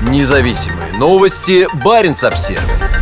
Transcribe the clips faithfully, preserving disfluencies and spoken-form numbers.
Независимые новости. Баренц-Обсервис.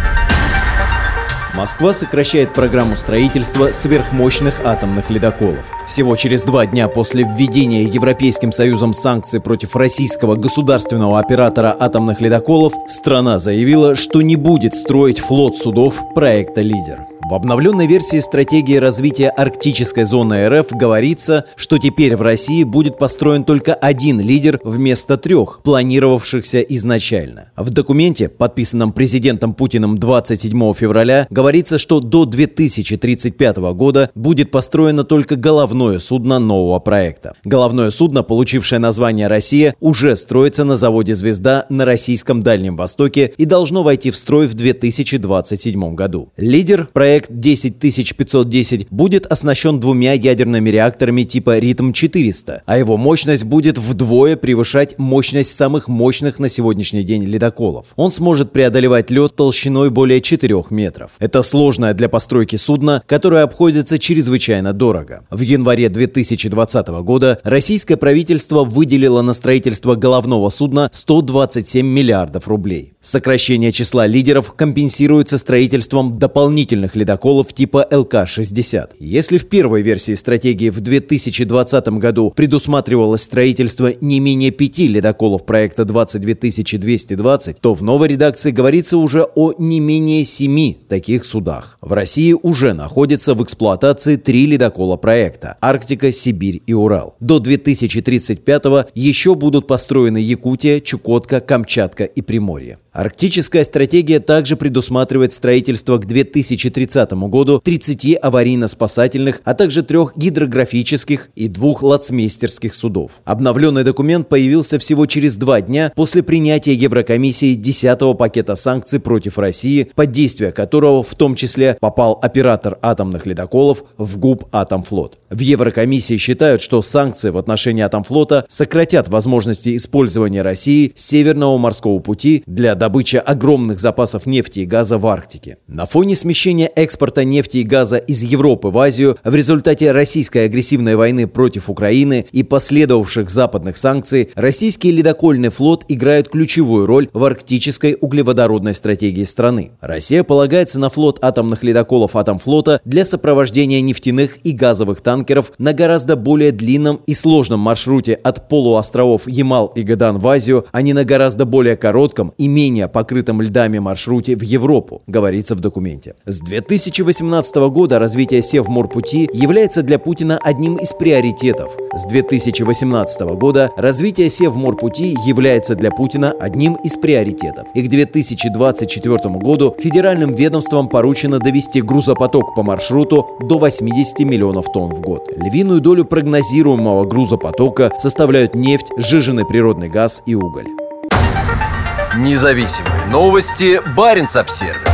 Москва сокращает программу строительства сверхмощных атомных ледоколов. Всего через два дня после введения Европейским Союзом санкций против российского государственного оператора атомных ледоколов, страна заявила, что не будет строить флот судов проекта «Лидер». В обновленной версии стратегии развития арктической зоны РФ говорится, что теперь в России будет построен только один «Лидер» вместо трех, планировавшихся изначально. В документе, подписанном президентом Путиным двадцать седьмого февраля, говорится, что до две тысячи тридцать пятого года будет построено только головное судно нового проекта. Головное судно, получившее название «Россия», уже строится на заводе «Звезда» на российском Дальнем Востоке и должно войти в строй в две тысячи двадцать седьмом году. «Лидер», проект десять тысяч пятьсот десять, будет оснащен двумя ядерными реакторами типа Ритм четыреста, а его мощность будет вдвое превышать мощность самых мощных на сегодняшний день ледоколов. Он сможет преодолевать лед толщиной более четырёх метров. Это сложное для постройки судно, которое обходится чрезвычайно дорого. В январе две тысячи двадцатого года российское правительство выделило на строительство головного судна сто двадцать семь миллиардов рублей. Сокращение числа лидеров компенсируется строительством дополнительных ледоколов типа Эл Ка шестьдесят. Если в первой версии стратегии в две тысячи двадцатом году предусматривалось строительство не менее пяти ледоколов проекта двадцать две тысячи двести двадцать, то в новой редакции говорится уже о не менее семи таких судах. В России уже находятся в эксплуатации три ледокола проекта – Арктика, Сибирь и Урал. До две тысячи тридцать пятого еще будут построены Якутия, Чукотка, Камчатка и Приморье. Арктическая стратегия также предусматривает строительство к две тысячи тридцатому году тридцати аварийно-спасательных, а также трех гидрографических и двух лацмейстерских судов. Обновленный документ появился всего через два дня после принятия Еврокомиссией десятого пакета санкций против России, под действие которого в том числе попал оператор атомных ледоколов в ГУП «Атомфлот». В Еврокомиссии считают, что санкции в отношении Атомфлота сократят возможности использования России Северного морского пути для добычи огромных запасов нефти и газа в Арктике. На фоне смещения экспорта нефти и газа из Европы в Азию в результате российской агрессивной войны против Украины и последовавших западных санкций, российский ледокольный флот играет ключевую роль в арктической углеводородной стратегии страны. Россия полагается на флот атомных ледоколов Атомфлота для сопровождения нефтяных и газовых танкеров на гораздо более длинном и сложном маршруте от полуостровов Ямал и Гадан в Азию, а не на гораздо более коротком и менее покрытом льдами маршруте в Европу, говорится в документе. С две тысячи восемнадцатого года развитие Севморпути является для Путина одним из приоритетов. С две тысячи восемнадцатого года развитие Севморпути является для Путина одним из приоритетов. И к две тысячи двадцать четвёртому году федеральным ведомствам поручено довести грузопоток по маршруту до восьмидесяти миллионов тонн в год. Львиную долю прогнозируемого грузопотока составляют нефть, сжиженный природный газ и уголь. Независимые новости. Баренц-Обсервис.